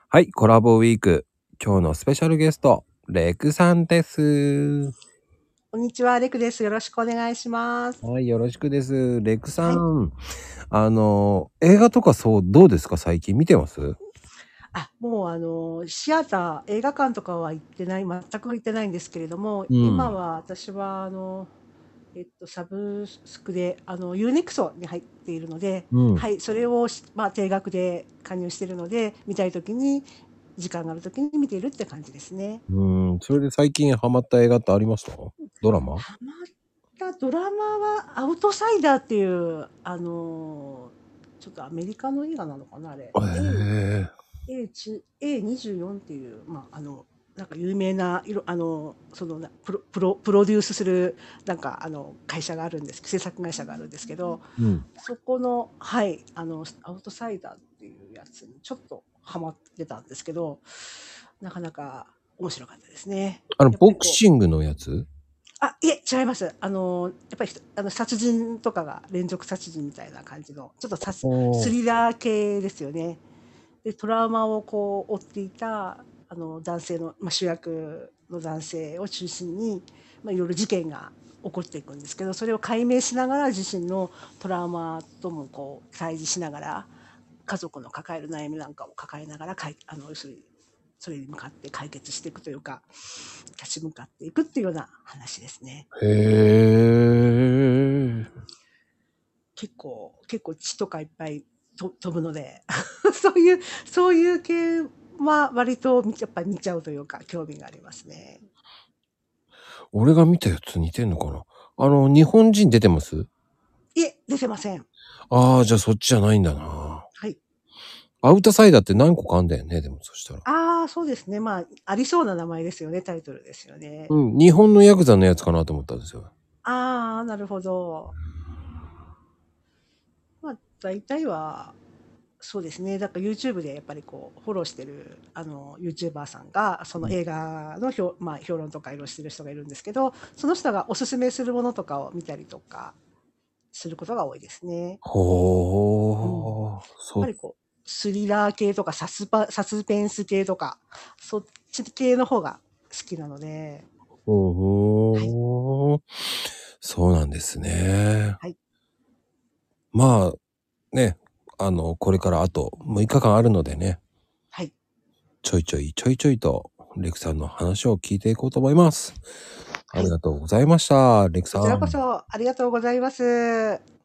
はい、コラボウィーク。今日のスペシャルゲスト、レクさんです。 こんにちは、レクです。よろしくお願いします。 はい、よろしくです。レクさはい。 ん。映画とかどうですか最近見てます？ もうシアター、映画館とかは行ってない、全く行ってないんですけれども、 うん。 今は私はサブスクで、ユーネクソに入っているので、 うん。 はい、それを定額で加入しているので、見たいときに、時間があるときに見ているって感じですね。 それで最近ハマった映画ってありました？ドラマ？ ハマったドラマは、アウトサイダーっていう、ちょっとアメリカの映画なのかな、あれ。 へえ。 A24 っていう、なんか有名な、プロデュースする、会社があるんです、制作会社があるんですけど、 うん。 そこの、はい、アウトサイダーっていうやつにちょっとハマってたんですけど、なかなか面白かったですね。やっぱボりこう、 クシングのやつ？ いえ、違います。やっぱり、殺人とかが連続殺人みたいな感じの、ちょっとスおー。 リラー系ですよね。で、トラウマをこう追っていた、男性の、主役の男性を中心に、いろいろ事件が起こっていくんですけど、それを解明しながら自身のトラウマともこう対峙しながら、家族の抱える悩みなんかを抱えながら、要するにそれに向かって解決していくというか、立ち向かっていくっていうような話ですね。 へえ。 結構血とかいっぱい飛ぶのでそういう系は割とやっぱり見ちゃうというか興味がありますね。 俺が見たやつ似てんのかな？日本人出てます？ いえ、出てません。 ああ、じゃあそっちじゃないんだな。 はい。 アウトサイダーって何個かあんだよね、でもそしたら。 ああ、そうですね。ありそうな名前ですよね、タイトルですよね。 うん、日本のヤクザのやつかなと思ったんですよ。 ああ、なるほど。大体は、そうですね。だから YouTube でやっぱりこう、フォローしてる、YouTuber さんが、その映画の評論とかいろいろしてる人がいるんですけど、その人がおすすめするものとかを見たりとかすることが多いですね。うん。やっほー、 ぱりこう、スリラー系とかサスペンス系とか、そっち系の方が好きなので、はい。 ほー、そうなんですね。 はい。 まあ、ね、これからあと6日間あるのでね、 はい。 ちょいちょいと、レクさんの話を聞いていこうと思います。あはい。 りがとうございました、レクこちらこさん。 そありがとうございます。